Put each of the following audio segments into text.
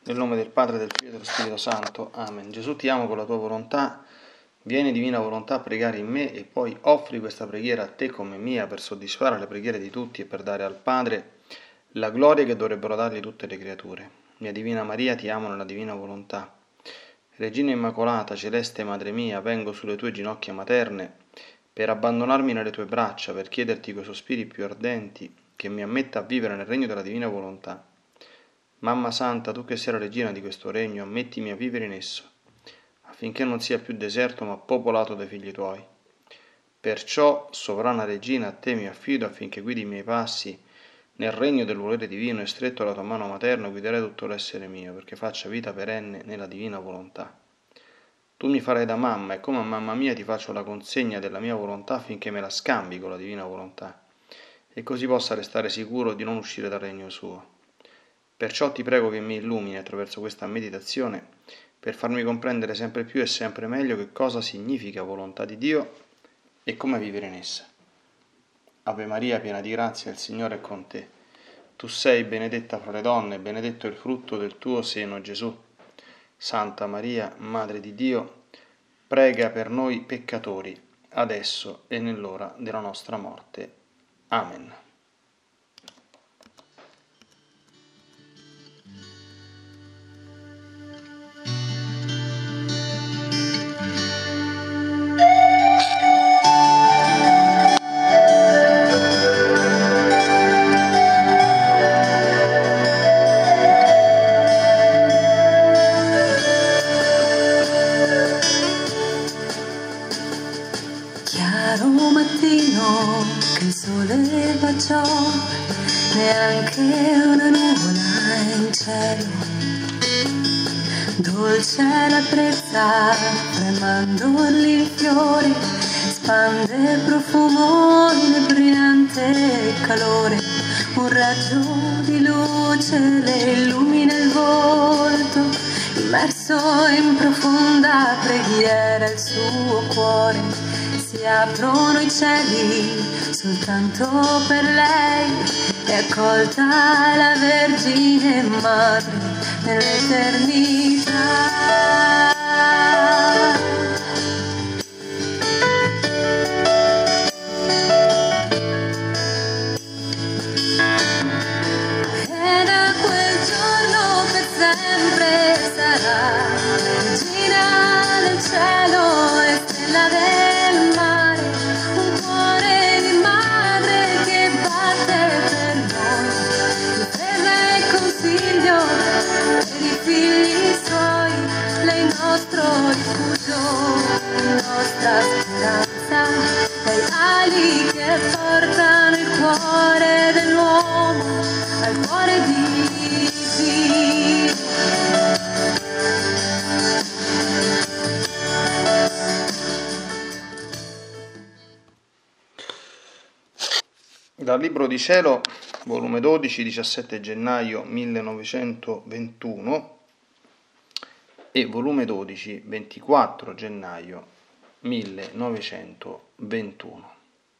Nel nome del Padre, del Figlio e dello Spirito Santo. Amen. Gesù, ti amo con la tua volontà. Vieni, divina volontà, a pregare in me e poi offri questa preghiera a te come mia per soddisfare le preghiere di tutti e per dare al Padre la gloria che dovrebbero dargli tutte le creature. Mia Divina Maria, ti amo nella divina volontà. Regina Immacolata, celeste Madre mia, vengo sulle tue ginocchia materne per abbandonarmi nelle tue braccia, per chiederti coi sospiri più ardenti che mi ammetta a vivere nel regno della divina volontà. Mamma Santa, tu che sei la regina di questo regno, ammettimi a vivere in esso, affinché non sia più deserto ma popolato dai figli tuoi. Perciò, sovrana regina, a te mi affido affinché guidi i miei passi nel regno del volere divino e stretto alla tua mano materna guiderai tutto l'essere mio, perché faccia vita perenne nella divina volontà. Tu mi farai da mamma e come a mamma mia ti faccio la consegna della mia volontà affinché me la scambi con la divina volontà e così possa restare sicuro di non uscire dal regno suo. Perciò ti prego che mi illumini attraverso questa meditazione per farmi comprendere sempre più e sempre meglio che cosa significa volontà di Dio e come vivere in essa. Ave Maria, piena di grazia, il Signore è con te. Tu sei benedetta fra le donne, benedetto il frutto del tuo seno, Gesù. Santa Maria, Madre di Dio, prega per noi peccatori, adesso e nell'ora della nostra morte. Amen. Neanche una nuvola in cielo, dolce la brezza, tremando lì fiori, spande profumo inebriante calore, un raggio di luce le illumina il volto, immerso in profonda preghiera il suo cuore, si aprono i cieli soltanto per lei. È accolta la Vergine Madre nell'eternità. E da quel giorno per sempre sarà Regina del cielo e stella del mare, un cuore di madre che batte per consiglio per i figli suoi, lei nostro rifugio, nostra speranza, dai ali che portano il cuore dell'uomo al cuore di Dio. Dal Libro di Cielo, volume 12, 17 gennaio 1921 e volume 12, 24 gennaio 1921.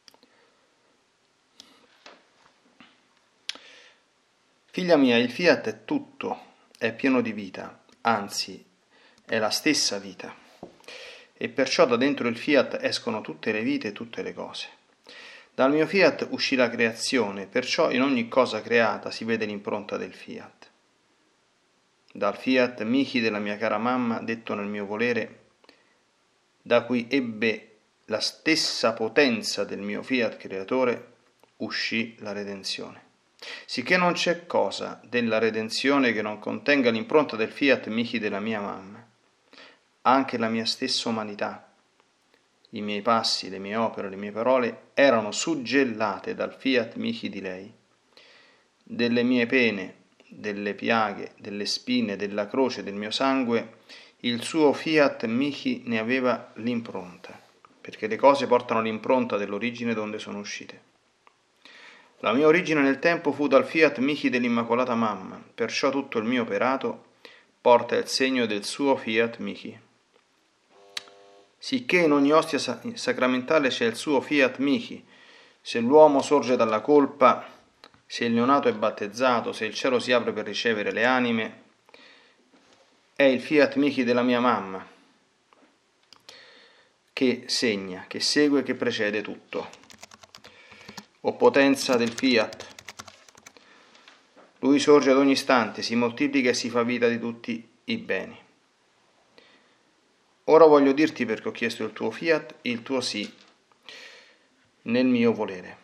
Figlia mia, il fiat è tutto, è pieno di vita, anzi è la stessa vita, e perciò da dentro il fiat escono tutte le vite e tutte le cose. Dal mio fiat uscì la creazione, perciò in ogni cosa creata si vede l'impronta del fiat. Dal fiat mihi della mia cara mamma, detto nel mio volere, da cui ebbe la stessa potenza del mio fiat creatore, uscì la redenzione. Sicché non c'è cosa della redenzione che non contenga l'impronta del fiat mihi della mia mamma. Anche la mia stessa umanità, i miei passi, le mie opere, le mie parole erano suggellate dal fiat mihi di lei. Delle mie pene, delle piaghe, delle spine, della croce, del mio sangue, il suo fiat mihi ne aveva l'impronta, perché le cose portano l'impronta dell'origine donde sono uscite. La mia origine nel tempo fu dal fiat mihi dell'Immacolata Mamma, perciò tutto il mio operato porta il segno del suo fiat mihi. Sicché in ogni ostia sacramentale c'è il suo fiat mihi. Se l'uomo sorge dalla colpa, se il neonato è battezzato, se il cielo si apre per ricevere le anime, è il Fiat Michi della mia mamma, che segna, che segue, che precede tutto. O potenza del Fiat. Lui sorge ad ogni istante, si moltiplica e si fa vita di tutti i beni. Ora voglio dirti, perché ho chiesto il tuo Fiat, il tuo sì, nel mio volere.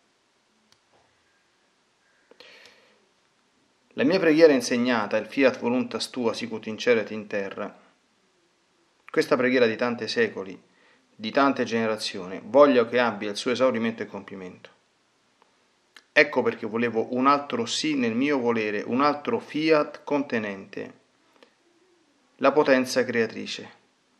La mia preghiera insegnata, il Fiat voluntas tua sicut in cielo et in terra, questa preghiera di tanti secoli, di tante generazioni, voglio che abbia il suo esaurimento e compimento. Ecco perché volevo un altro sì nel mio volere, un altro Fiat contenente la potenza creatrice.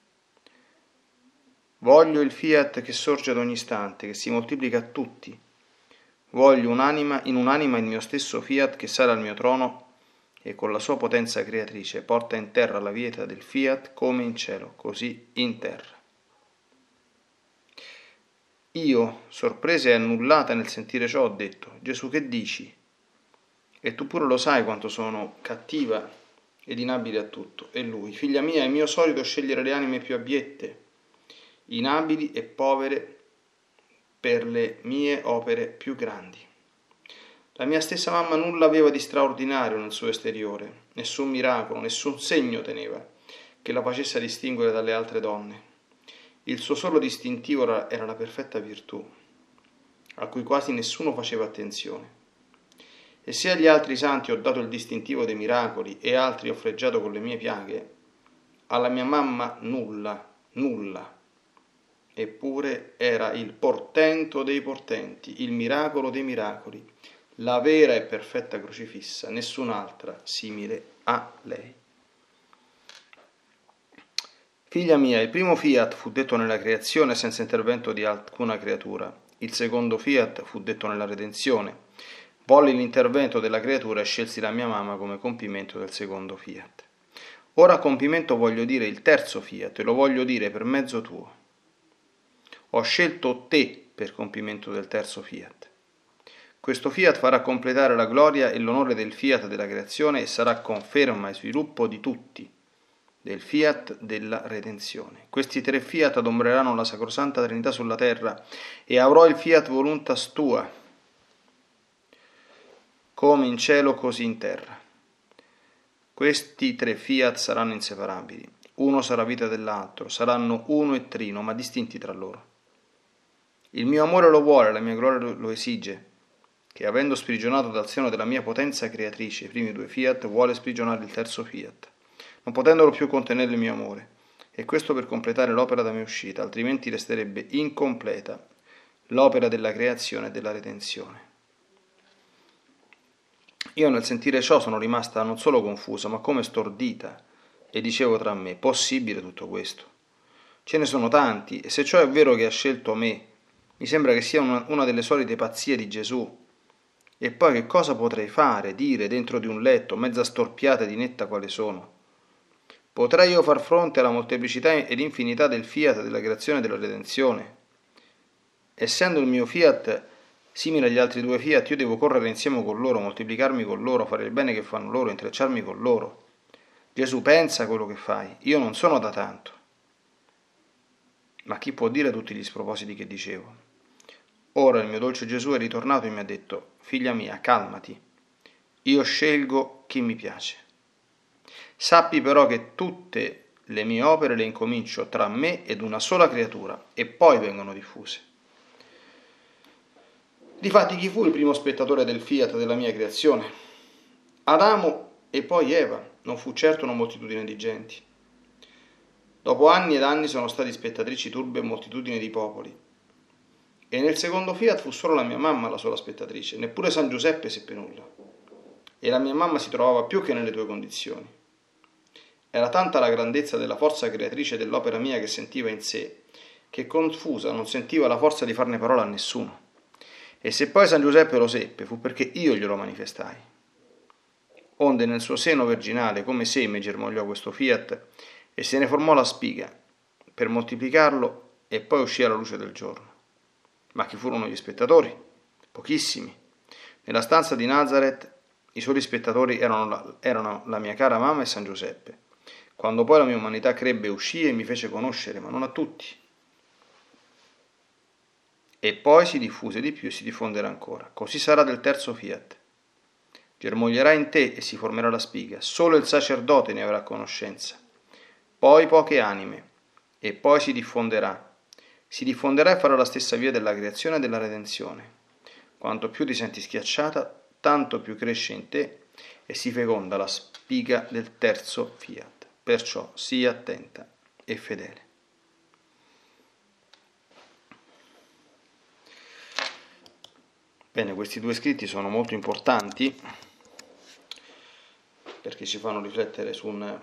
Voglio il Fiat che sorge ad ogni istante, che si moltiplica a tutti. Voglio in un'anima il mio stesso Fiat che sale al mio trono e con la sua potenza creatrice porta in terra la vita del Fiat come in cielo, così in terra. Io, sorpresa e annullata nel sentire ciò, ho detto: Gesù, che dici? E tu pure lo sai quanto sono cattiva ed inabile a tutto. E lui: figlia mia, è mio solito scegliere le anime più abiette, inabili e povere per le mie opere più grandi. La mia stessa mamma nulla aveva di straordinario nel suo esteriore, nessun miracolo, nessun segno teneva che la facesse distinguere dalle altre donne. Il suo solo distintivo era la perfetta virtù, a cui quasi nessuno faceva attenzione. E se agli altri santi ho dato il distintivo dei miracoli e altri ho freggiato con le mie piaghe, alla mia mamma nulla. Eppure era il portento dei portenti, il miracolo dei miracoli, la vera e perfetta crocifissa, nessun'altra simile a lei. Figlia mia, il primo Fiat fu detto nella creazione senza intervento di alcuna creatura. Il secondo Fiat fu detto nella redenzione. Volli l'intervento della creatura e scelsi la mia mamma come compimento del secondo Fiat. Ora a compimento voglio dire il terzo Fiat e lo voglio dire per mezzo tuo. Ho scelto te per compimento del terzo Fiat. Questo Fiat farà completare la gloria e l'onore del Fiat della creazione e sarà conferma e sviluppo di tutti, del Fiat della redenzione. Questi tre Fiat adombreranno la Sacrosanta Trinità sulla terra e avrò il Fiat voluntas tua, come in cielo così in terra. Questi tre Fiat saranno inseparabili, uno sarà vita dell'altro, saranno uno e trino, ma distinti tra loro. Il mio amore lo vuole, la mia gloria lo esige, che avendo sprigionato dal seno della mia potenza creatrice i primi due Fiat, vuole sprigionare il terzo Fiat, non potendolo più contenere il mio amore, e questo per completare l'opera da me uscita, altrimenti resterebbe incompleta l'opera della creazione e della redenzione. Io nel sentire ciò sono rimasta non solo confusa, ma come stordita, e dicevo tra me: possibile tutto questo? Ce ne sono tanti, e se ciò è vero che ha scelto me, mi sembra che sia una delle solite pazzie di Gesù. E poi che cosa potrei fare, dire, dentro di un letto, mezza storpiata e dinetta quale sono? Potrei io far fronte alla molteplicità ed infinità del Fiat della creazione e della redenzione? Essendo il mio Fiat simile agli altri due Fiat, io devo correre insieme con loro, moltiplicarmi con loro, fare il bene che fanno loro, intrecciarmi con loro. Gesù, pensa a quello che fai, io non sono da tanto. Ma chi può dire tutti gli spropositi che dicevo? Ora il mio dolce Gesù è ritornato e mi ha detto: figlia mia, calmati, io scelgo chi mi piace. Sappi però che tutte le mie opere le incomincio tra me ed una sola creatura e poi vengono diffuse. Difatti chi fu il primo spettatore del Fiat della mia creazione? Adamo e poi Eva, non fu certo una moltitudine di genti. Dopo anni ed anni sono stati spettatrici turbe moltitudini di popoli. E nel secondo Fiat fu solo la mia mamma la sola spettatrice, neppure San Giuseppe seppe nulla. E la mia mamma si trovava più che nelle tue condizioni. Era tanta la grandezza della forza creatrice dell'opera mia che sentiva in sé, che confusa non sentiva la forza di farne parola a nessuno. E se poi San Giuseppe lo seppe, fu perché io glielo manifestai. Onde nel suo seno virginale come seme germogliò questo Fiat e se ne formò la spiga, per moltiplicarlo e poi uscì alla luce del giorno. Ma chi furono gli spettatori? Pochissimi. Nella stanza di Nazareth i soli spettatori erano la mia cara mamma e San Giuseppe. Quando poi la mia umanità crebbe, uscì e mi fece conoscere, ma non a tutti. E poi si diffuse di più e si diffonderà ancora. Così sarà del terzo fiat. Germoglierà in te e si formerà la spiga. Solo il sacerdote ne avrà conoscenza. Poi poche anime. E poi si diffonderà. Si diffonderà e farà la stessa via della creazione e della redenzione. Quanto più ti senti schiacciata, tanto più cresce in te e si feconda la spiga del terzo fiat. Perciò sii attenta e fedele. Bene, questi due scritti sono molto importanti perché ci fanno riflettere su un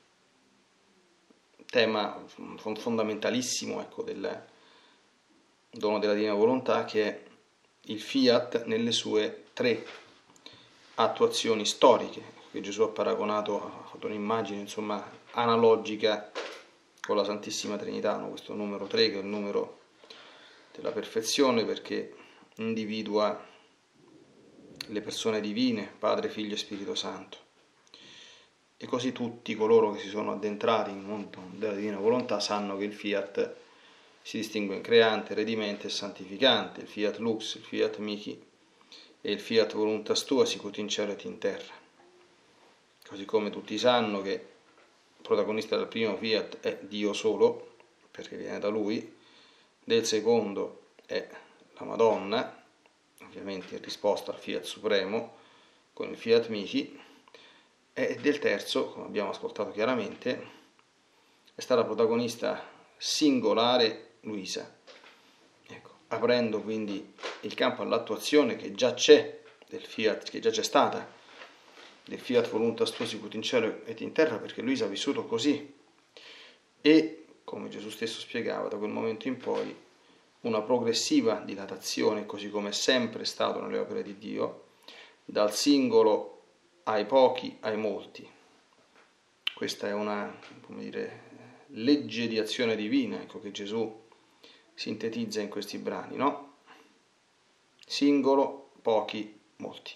tema fondamentalissimo, ecco, del dono della divina volontà, che è il fiat nelle sue tre attuazioni storiche, che Gesù ha paragonato, ha fatto un'immagine insomma analogica con la Santissima Trinità, no? Questo numero 3 che è il numero della perfezione, perché individua le persone divine, Padre, Figlio e Spirito Santo. E così tutti coloro che si sono addentrati nel mondo della divina volontà sanno che il fiat si distingue in creante, redimente e santificante, il fiat lux, il fiat mihi e il fiat voluntas tua sicut in cielo et in terra. Così come tutti sanno che il protagonista del primo fiat è Dio solo, perché viene da Lui, del secondo è la Madonna, ovviamente in risposta al fiat supremo, con il fiat mihi, e del terzo, come abbiamo ascoltato chiaramente, è stata protagonista singolare Luisa, ecco, aprendo quindi il campo all'attuazione che già c'è del fiat, che già c'è stata, del fiat voluntas tua sicut in cielo et in terra, perché Luisa ha vissuto così. E, come Gesù stesso spiegava, da quel momento in poi una progressiva dilatazione, così come è sempre stato nelle opere di Dio, dal singolo ai pochi, ai molti. Questa è una, come dire, legge di azione divina, ecco, che Gesù sintetizza in questi brani, no? Singolo, pochi, molti.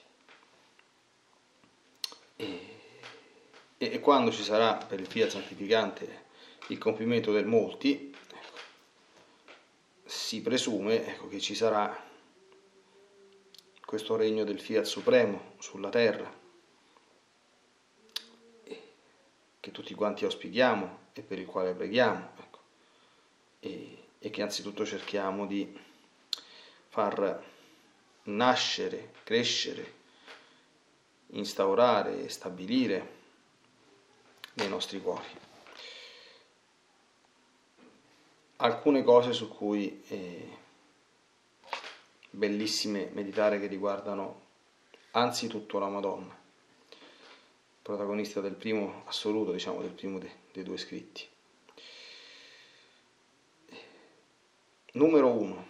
E quando ci sarà per il fiat santificante il compimento del molti, ecco, si presume, ecco, che ci sarà questo regno del fiat supremo sulla terra, che tutti quanti auspichiamo e per il quale preghiamo, ecco, e che anzitutto cerchiamo di far nascere, crescere, instaurare e stabilire nei nostri cuori. Alcune cose su cui bellissime meditare, che riguardano anzitutto la Madonna, protagonista del primo assoluto, diciamo, del primo dei due scritti. Numero 1.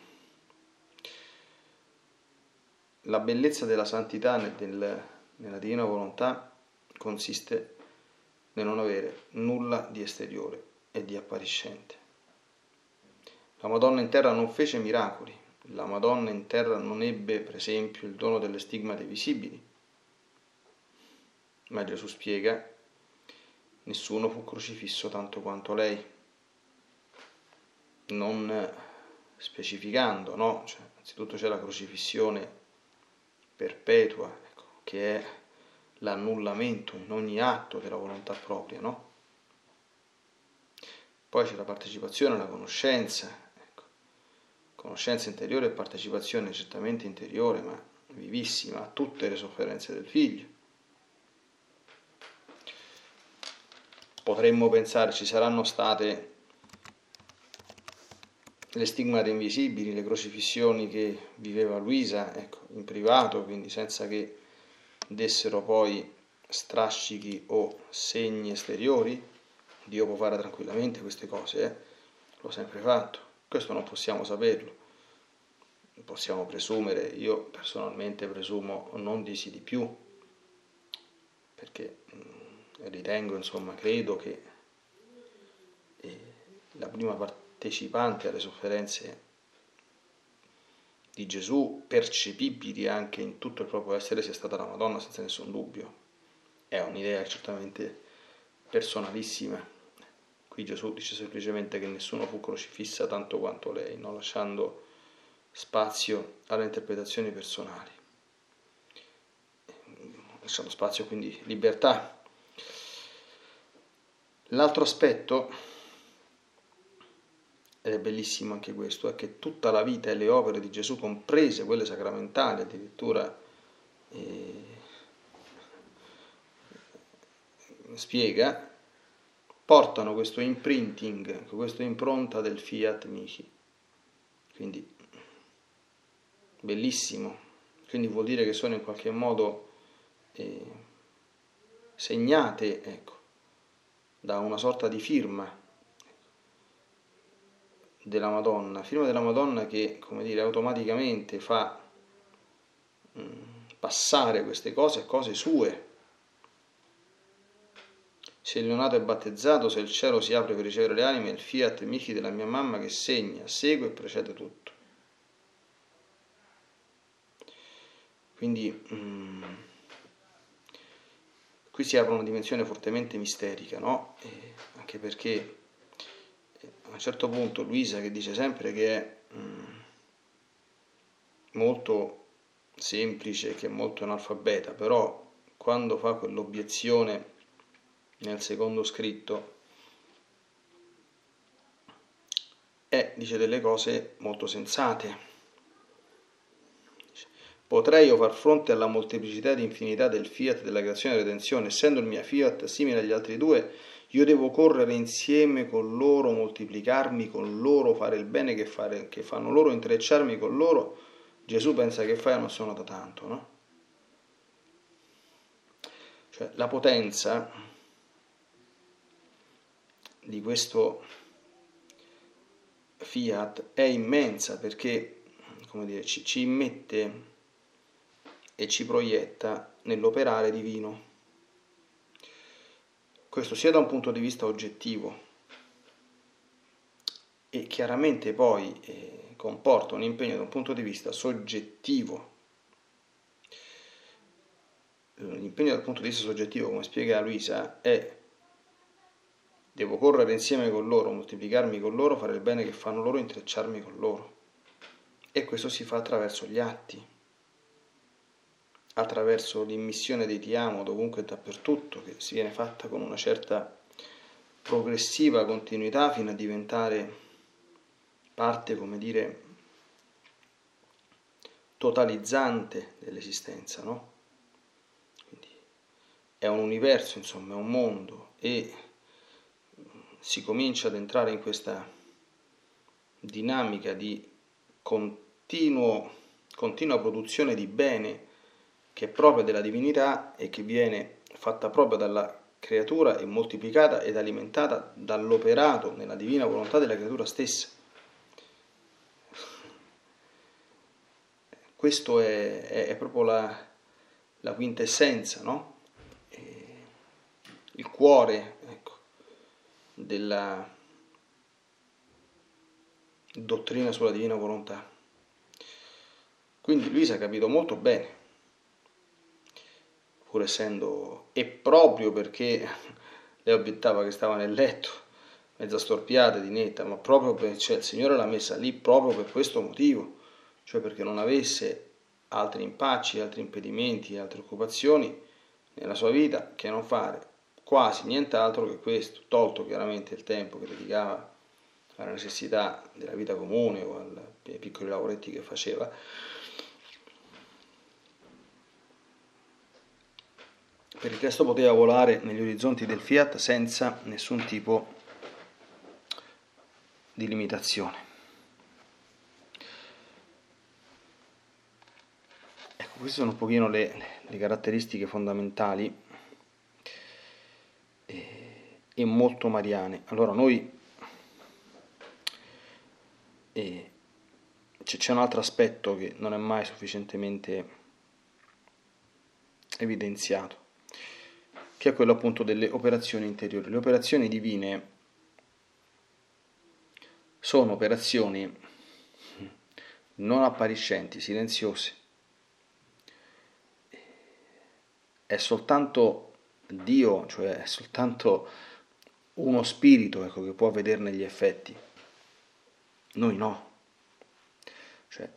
La bellezza della santità nella divina volontà consiste nel non avere nulla di esteriore e di appariscente. La Madonna in terra non fece miracoli, la Madonna in terra non ebbe, per esempio, il dono delle stigmate visibili, ma Gesù spiega: nessuno fu crocifisso tanto quanto lei, non specificando, no? Cioè, anzitutto c'è la crocifissione perpetua, ecco, che è l'annullamento in ogni atto della volontà propria, no? Poi c'è la partecipazione alla conoscenza, ecco, conoscenza interiore e partecipazione certamente interiore, ma vivissima, a tutte le sofferenze del figlio. Potremmo pensare ci saranno state le stigmate invisibili, le crocifissioni che viveva Luisa, ecco, in privato, quindi senza che dessero poi strascichi o segni esteriori. Dio può fare tranquillamente queste cose, l'ho sempre fatto. Questo non possiamo saperlo, possiamo presumere. Io personalmente presumo non di sì di più, perché ritengo, insomma, credo che la prima partecipante alle sofferenze di Gesù, percepibili anche in tutto il proprio essere, sia stata la Madonna, senza nessun dubbio. È un'idea che certamente personalissime. Qui Gesù dice semplicemente che nessuno fu crocifissa tanto quanto lei, no? Lasciando spazio alle interpretazioni personali, lasciando spazio quindi libertà. L'altro aspetto, ed è bellissimo anche questo, è che tutta la vita e le opere di Gesù, comprese quelle sacramentali, addirittura spiega, portano questo imprinting, questa impronta del fiat mihi. Quindi bellissimo, quindi vuol dire che sono in qualche modo segnate, ecco, da una sorta di firma della Madonna che, come dire, automaticamente fa passare queste cose a cose sue. Se il neonato è battezzato, se il cielo si apre per ricevere le anime, il fiat mihi della mia mamma che segna, segue e precede tutto. Quindi qui si apre una dimensione fortemente misterica, no? Anche perché a un certo punto Luisa, che dice sempre che è molto semplice, che è molto analfabeta, però quando fa quell'obiezione nel secondo scritto dice delle cose molto sensate. Potrei io far fronte alla molteplicità ed infinità del fiat della creazione e redenzione, essendo il mio fiat simile agli altri due, io devo correre insieme con loro, moltiplicarmi con loro, fare il bene che fanno loro, intrecciarmi con loro. Gesù pensa che fai non sono da tanto, no? Cioè la potenza di questo fiat è immensa perché, come dire, ci immette e ci proietta nell'operare divino. Questo sia da un punto di vista oggettivo e chiaramente poi comporta un impegno da un punto di vista soggettivo. L'impegno dal punto di vista soggettivo, come spiega Luisa, è: devo correre insieme con loro, moltiplicarmi con loro, fare il bene che fanno loro, intrecciarmi con loro. E questo si fa attraverso gli atti, attraverso l'immissione dei ti amo dovunque e dappertutto, che si viene fatta con una certa progressiva continuità fino a diventare parte, come dire, totalizzante dell'esistenza, no? Quindi è un universo, insomma, è un mondo, e si comincia ad entrare in questa dinamica di continua produzione di bene che è propria della divinità e che viene fatta propria dalla creatura e moltiplicata ed alimentata dall'operato nella divina volontà della creatura stessa. Questo è proprio la quintessenza, no? Il cuore, ecco, della dottrina sulla divina volontà. Quindi Luisa ha capito molto bene, pur essendo, e proprio perché lei obiettava che stava nel letto, mezza storpiata di netta, ma proprio perché il Signore l'ha messa lì proprio per questo motivo, cioè perché non avesse altri impacci, altri impedimenti, altre occupazioni nella sua vita che non fare quasi nient'altro che questo, tolto chiaramente il tempo che dedicava alla necessità della vita comune o ai piccoli lavoretti che faceva. Per il resto poteva volare negli orizzonti del fiat senza nessun tipo di limitazione. Ecco, queste sono un pochino le caratteristiche fondamentali e molto mariane. Allora noi c'è un altro aspetto che non è mai sufficientemente evidenziato, che è quello appunto delle operazioni interiori. Le operazioni divine sono operazioni non appariscenti, silenziose. È soltanto Dio, cioè, è soltanto uno spirito, ecco, che può vederne gli effetti. Noi no. Cioè,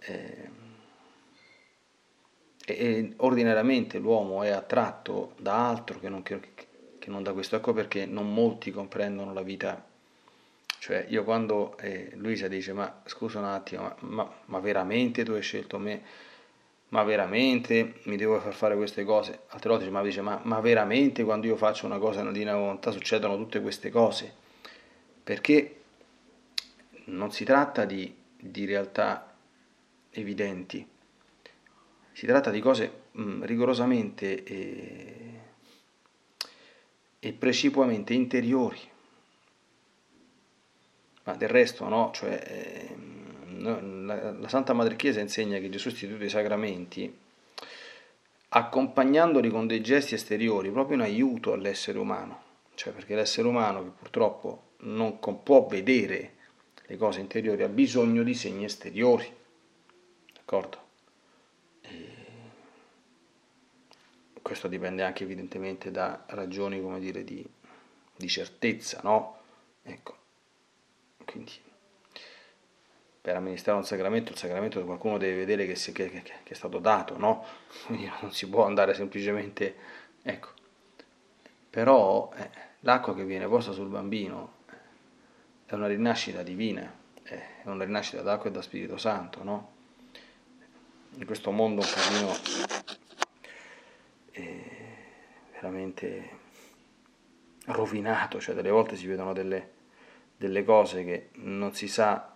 e ordinariamente l'uomo è attratto da altro che non da questo. Ecco perché non molti comprendono la vita. Cioè, io quando Luisa dice, ma scusa un attimo, ma veramente tu hai scelto me? Ma veramente mi devo far fare queste cose? Altre volte dice, ma veramente quando io faccio una cosa nella divina volontà succedono tutte queste cose? Perché non si tratta di realtà evidenti, si tratta di cose rigorosamente e precipuamente interiori. Ma del resto no, cioè, la Santa Madre Chiesa insegna che Gesù istituisce i sacramenti accompagnandoli con dei gesti esteriori, proprio in aiuto all'essere umano, cioè perché l'essere umano che purtroppo non può vedere le cose interiori ha bisogno di segni esteriori, d'accordo? Questo dipende anche evidentemente da ragioni, come dire, di certezza, no? Ecco, quindi per amministrare un sacramento, il sacramento qualcuno deve vedere che è stato dato, no? Quindi non si può andare semplicemente, ecco. Però l'acqua che viene posta sul bambino è una rinascita divina, è una rinascita d'acqua e da Spirito Santo, no? In questo mondo un pochino veramente rovinato, cioè delle volte si vedono delle cose che non si sa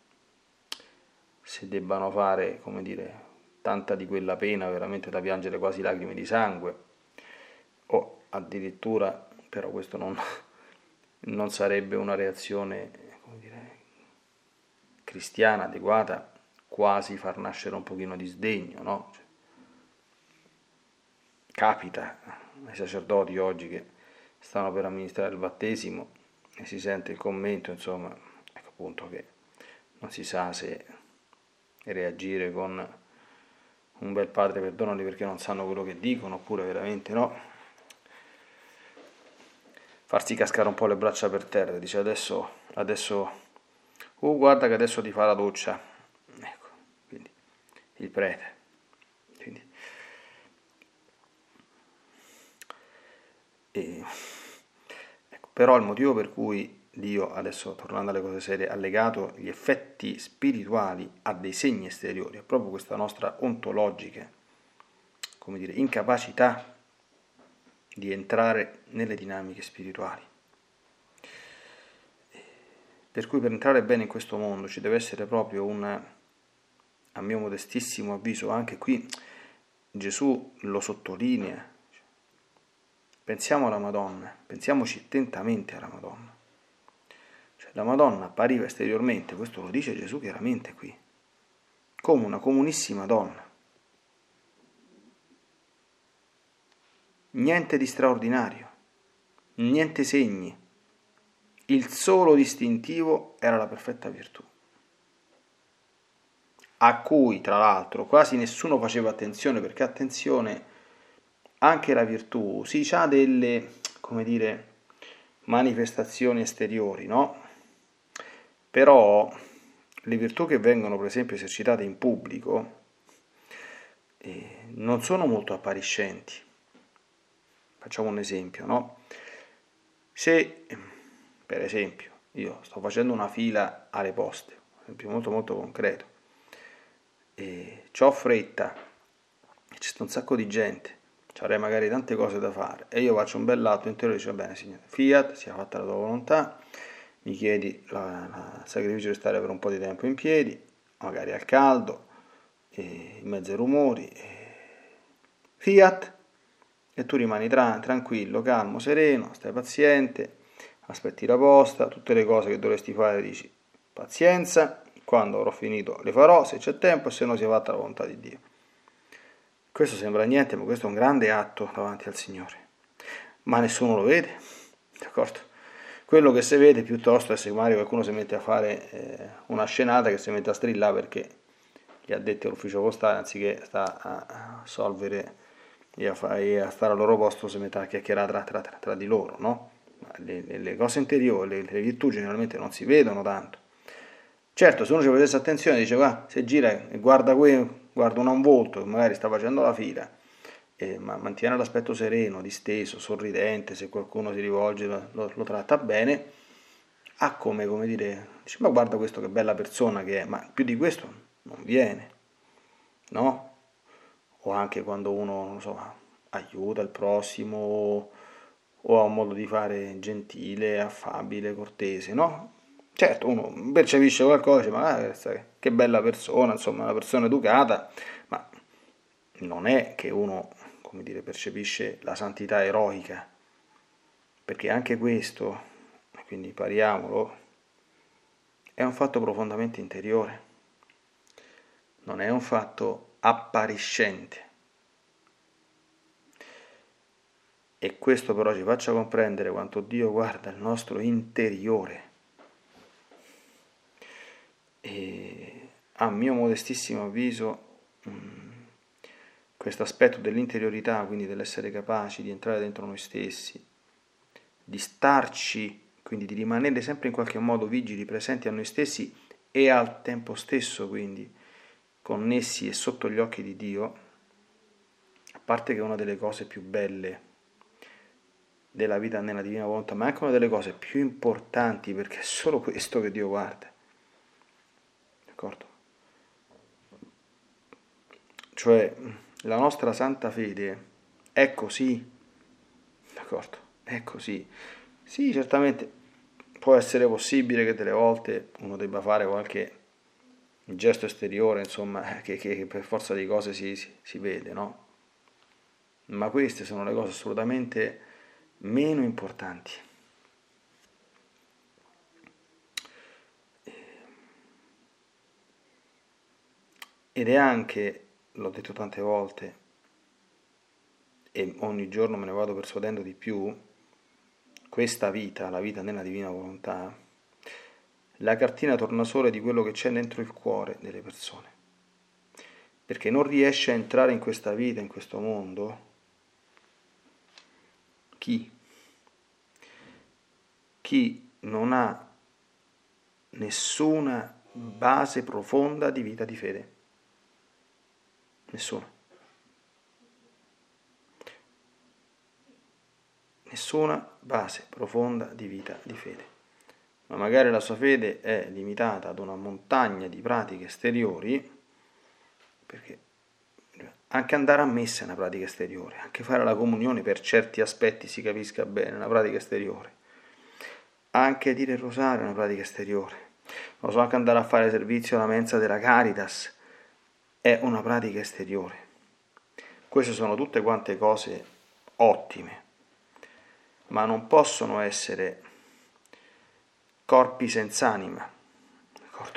se debbano fare, come dire, tanta di quella pena veramente da piangere quasi lacrime di sangue, o addirittura, però questo non sarebbe una reazione, come dire, cristiana adeguata, quasi far nascere un pochino di sdegno, no? Cioè, capita ai sacerdoti oggi che stanno per amministrare il battesimo e si sente il commento, insomma, ecco appunto che non si sa se reagire con un bel padre perdonali perché non sanno quello che dicono, oppure veramente no, farsi cascare un po' le braccia per terra, dice adesso guarda che adesso ti fa la doccia, ecco, quindi il prete, quindi ecco, però il motivo per cui Dio, adesso tornando alle cose serie, ha legato gli effetti spirituali a dei segni esteriori, è proprio questa nostra ontologica, come dire, incapacità di entrare nelle dinamiche spirituali. Per cui per entrare bene in questo mondo ci deve essere proprio a mio modestissimo avviso, anche qui Gesù lo sottolinea, pensiamo alla Madonna, pensiamoci attentamente alla Madonna. Cioè, la Madonna appariva esteriormente, questo lo dice Gesù chiaramente qui, come una comunissima donna. Niente di straordinario, niente segni. Il solo distintivo era la perfetta virtù, a cui tra l'altro quasi nessuno faceva attenzione, perché attenzione, anche la virtù si ha delle, come dire, manifestazioni esteriori, no? Però le virtù che vengono per esempio esercitate in pubblico non sono molto appariscenti. Facciamo un esempio, no? Se per esempio io sto facendo una fila alle poste, un esempio molto molto concreto, e ho fretta, c'è un sacco di gente, avrei magari tante cose da fare, e io faccio un bell'atto interiore e dico, bene signore, fiat, sia fatta la tua volontà, mi chiedi il sacrificio di stare per un po' di tempo in piedi, magari al caldo, in mezzo ai rumori, fiat, e tu rimani tranquillo, calmo, sereno, stai paziente, aspetti la posta, tutte le cose che dovresti fare dici pazienza, quando avrò finito le farò, se c'è tempo, e se no sia fatta la volontà di Dio. Questo sembra niente, ma questo è un grande atto davanti al Signore. Ma nessuno lo vede, d'accordo? Quello che si vede piuttosto è se magari qualcuno si mette a fare una scenata, che si mette a strillare perché gli addetti all'ufficio postale, anziché sta a solvere e a stare al loro posto si mette a chiacchierare tra di loro, no? Ma le cose interiori, le virtù generalmente non si vedono tanto. Certo, se uno ci facesse attenzione, dice, va, se gira e guarda un volto che magari sta facendo la fila, ma mantiene l'aspetto sereno, disteso, sorridente, se qualcuno si rivolge lo tratta bene, ha come dire, dice, ma guarda questo che bella persona che è, ma più di questo non viene, no? O anche quando uno, non so, aiuta il prossimo o ha un modo di fare gentile, affabile, cortese, no? Certo, uno percepisce qualcosa, ma che bella persona, insomma, una persona educata, ma non è che uno, come dire, percepisce la santità eroica, perché anche questo, quindi pariamolo, è un fatto profondamente interiore, non è un fatto appariscente. E questo però ci faccia comprendere quanto Dio guarda il nostro interiore. E a mio modestissimo avviso questo aspetto dell'interiorità, quindi dell'essere capaci di entrare dentro noi stessi, di starci, quindi di rimanere sempre in qualche modo vigili, presenti a noi stessi e al tempo stesso quindi connessi e sotto gli occhi di Dio, a parte che è una delle cose più belle della vita nella divina volontà, ma anche una delle cose più importanti, perché è solo questo che Dio guarda. D'accordo? Cioè, la nostra santa fede è così, d'accordo? È così. Sì, certamente può essere possibile che delle volte uno debba fare qualche gesto esteriore, insomma, che per forza di cose si vede, no? Ma queste sono le cose assolutamente meno importanti. Ed è anche, l'ho detto tante volte, e ogni giorno me ne vado persuadendo di più, questa vita, la vita nella divina volontà, la cartina tornasole di quello che c'è dentro il cuore delle persone. Perché non riesce a entrare in questa vita, in questo mondo, chi non ha nessuna base profonda di vita di fede. Nessuna base profonda di vita di fede. Ma magari la sua fede è limitata ad una montagna di pratiche esteriori, perché anche andare a messa è una pratica esteriore, anche fare la comunione per certi aspetti si capisca bene, è una pratica esteriore. Anche dire il rosario è una pratica esteriore. Non so, anche andare a fare servizio alla mensa della Caritas è una pratica esteriore. Queste sono tutte quante cose ottime, ma non possono essere corpi senza anima, d'accordo?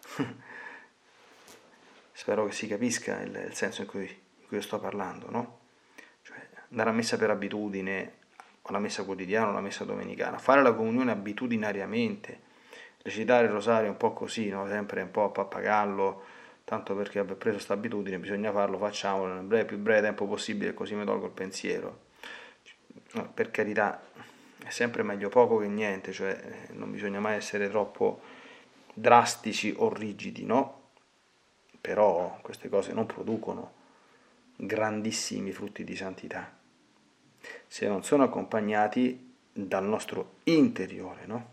Spero che si capisca il senso in cui io sto parlando, no? Cioè, andare a messa per abitudine, alla messa quotidiana, alla messa domenicana, fare la comunione abitudinariamente, recitare il rosario un po' così, no? Sempre un po' a pappagallo, tanto perché ho preso questa abitudine, bisogna farlo, facciamolo nel più breve tempo possibile, così mi tolgo il pensiero. No, per carità, è sempre meglio poco che niente, cioè non bisogna mai essere troppo drastici o rigidi, no? Però queste cose non producono grandissimi frutti di santità se non sono accompagnati dal nostro interiore, no?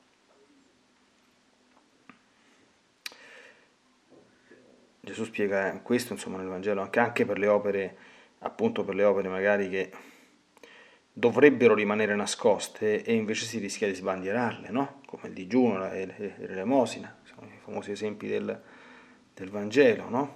Gesù spiega questo, insomma, nel Vangelo, anche per le opere, appunto per le opere magari che dovrebbero rimanere nascoste e invece si rischia di sbandierarle, no? Come il digiuno e l'elemosina, sono i famosi esempi del Vangelo, no?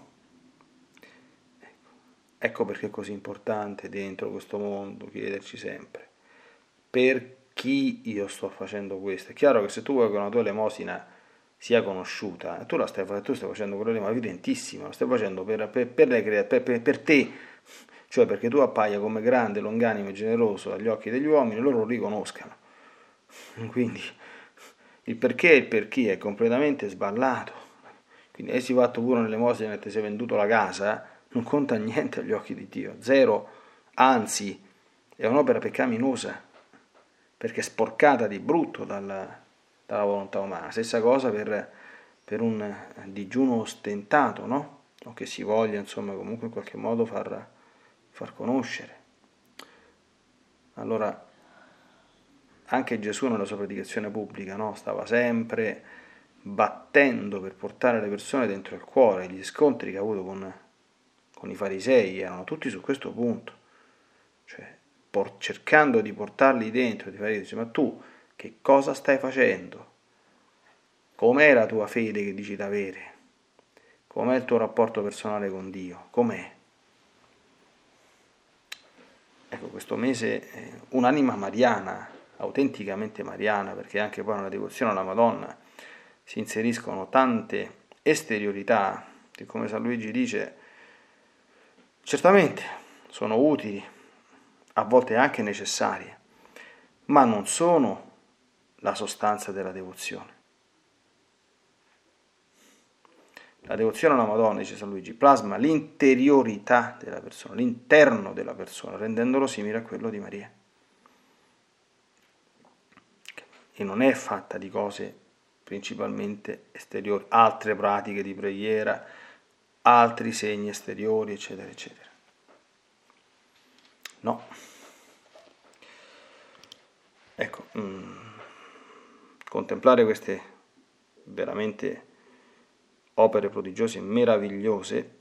Ecco perché è così importante dentro questo mondo chiederci sempre per chi io sto facendo questo. È chiaro che se tu vuoi che una tua elemosina sia conosciuta, tu stai facendo quella evidentissima, lo stai facendo per te, cioè perché tu appaia come grande, longanimo e generoso agli occhi degli uomini e loro lo riconoscano. Quindi il perché e il per chi è completamente sballato. Quindi hai fatto pure un'elemosina e ti sei venduto la casa, non conta niente agli occhi di Dio, zero, anzi è un'opera peccaminosa, perché è sporcata di brutto dalla volontà umana. Stessa cosa per un digiuno ostentato, no? O che si voglia, insomma, comunque in qualche modo far conoscere. Allora, anche Gesù nella sua predicazione pubblica, no? Stava sempre battendo per portare le persone dentro il cuore. Gli scontri che ha avuto con i farisei erano tutti su questo punto, cioè cercando di portarli dentro, di fare, dice, ma tu che cosa stai facendo? Com'è la tua fede che dici d'avere? Com'è il tuo rapporto personale con Dio? Com'è? Ecco, questo mese un'anima mariana, autenticamente mariana, perché anche poi nella devozione alla Madonna si inseriscono tante esteriorità che, come San Luigi dice, certamente sono utili, a volte anche necessarie, ma non sono la sostanza della devozione. La devozione alla Madonna, dice San Luigi, plasma l'interiorità della persona, l'interno della persona, rendendolo simile a quello di Maria. E non è fatta di cose principalmente esteriori, altre pratiche di preghiera, altri segni esteriori, eccetera, eccetera. No. Ecco, contemplare queste veramente opere prodigiose, meravigliose,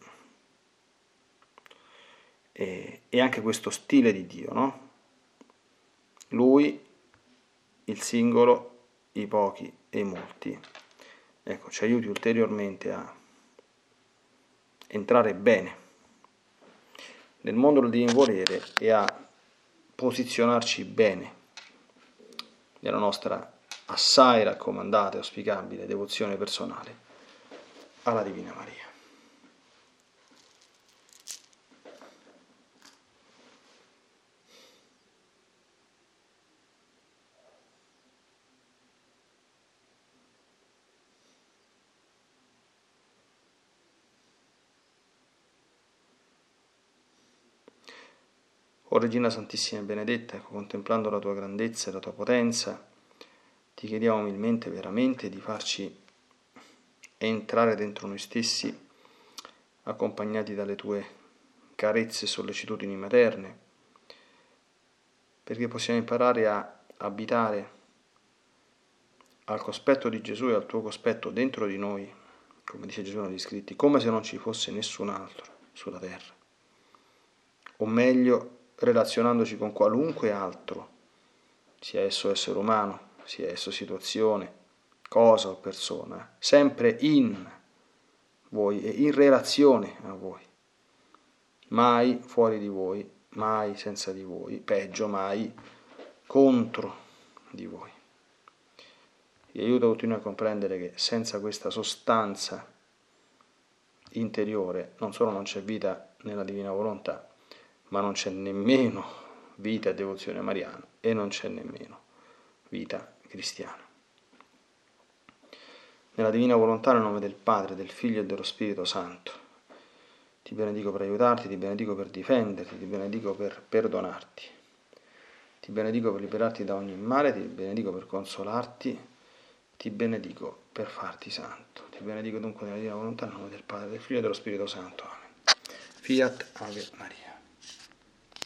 e anche questo stile di Dio, no? Lui, il singolo, i pochi e i molti. Ecco, ci aiuti ulteriormente a entrare bene nel mondo del divino volere e a posizionarci bene nella nostra assai raccomandata e auspicabile devozione personale alla Divina Maria. O Regina Santissima e Benedetta, ecco, contemplando la tua grandezza e la tua potenza, ti chiediamo umilmente veramente di farci entrare dentro noi stessi, accompagnati dalle tue carezze e sollecitudini materne, perché possiamo imparare a abitare al cospetto di Gesù e al tuo cospetto dentro di noi, come dice Gesù negli scritti, come se non ci fosse nessun altro sulla terra, o meglio, relazionandoci con qualunque altro, sia esso essere umano, sia esso situazione, cosa o persona, sempre in voi e in relazione a voi, mai fuori di voi, mai senza di voi, peggio mai contro di voi. Vi aiuta tutti noi a comprendere che senza questa sostanza interiore non solo non c'è vita nella Divina Volontà, ma non c'è nemmeno vita e devozione mariana e non c'è nemmeno vita cristiana. Nella Divina Volontà, nel nome del Padre, del Figlio e dello Spirito Santo, ti benedico per aiutarti, ti benedico per difenderti, ti benedico per perdonarti, ti benedico per liberarti da ogni male, ti benedico per consolarti, ti benedico per farti santo. Ti benedico dunque nella Divina Volontà, nel nome del Padre, del Figlio e dello Spirito Santo. Amen. Fiat Ave Maria.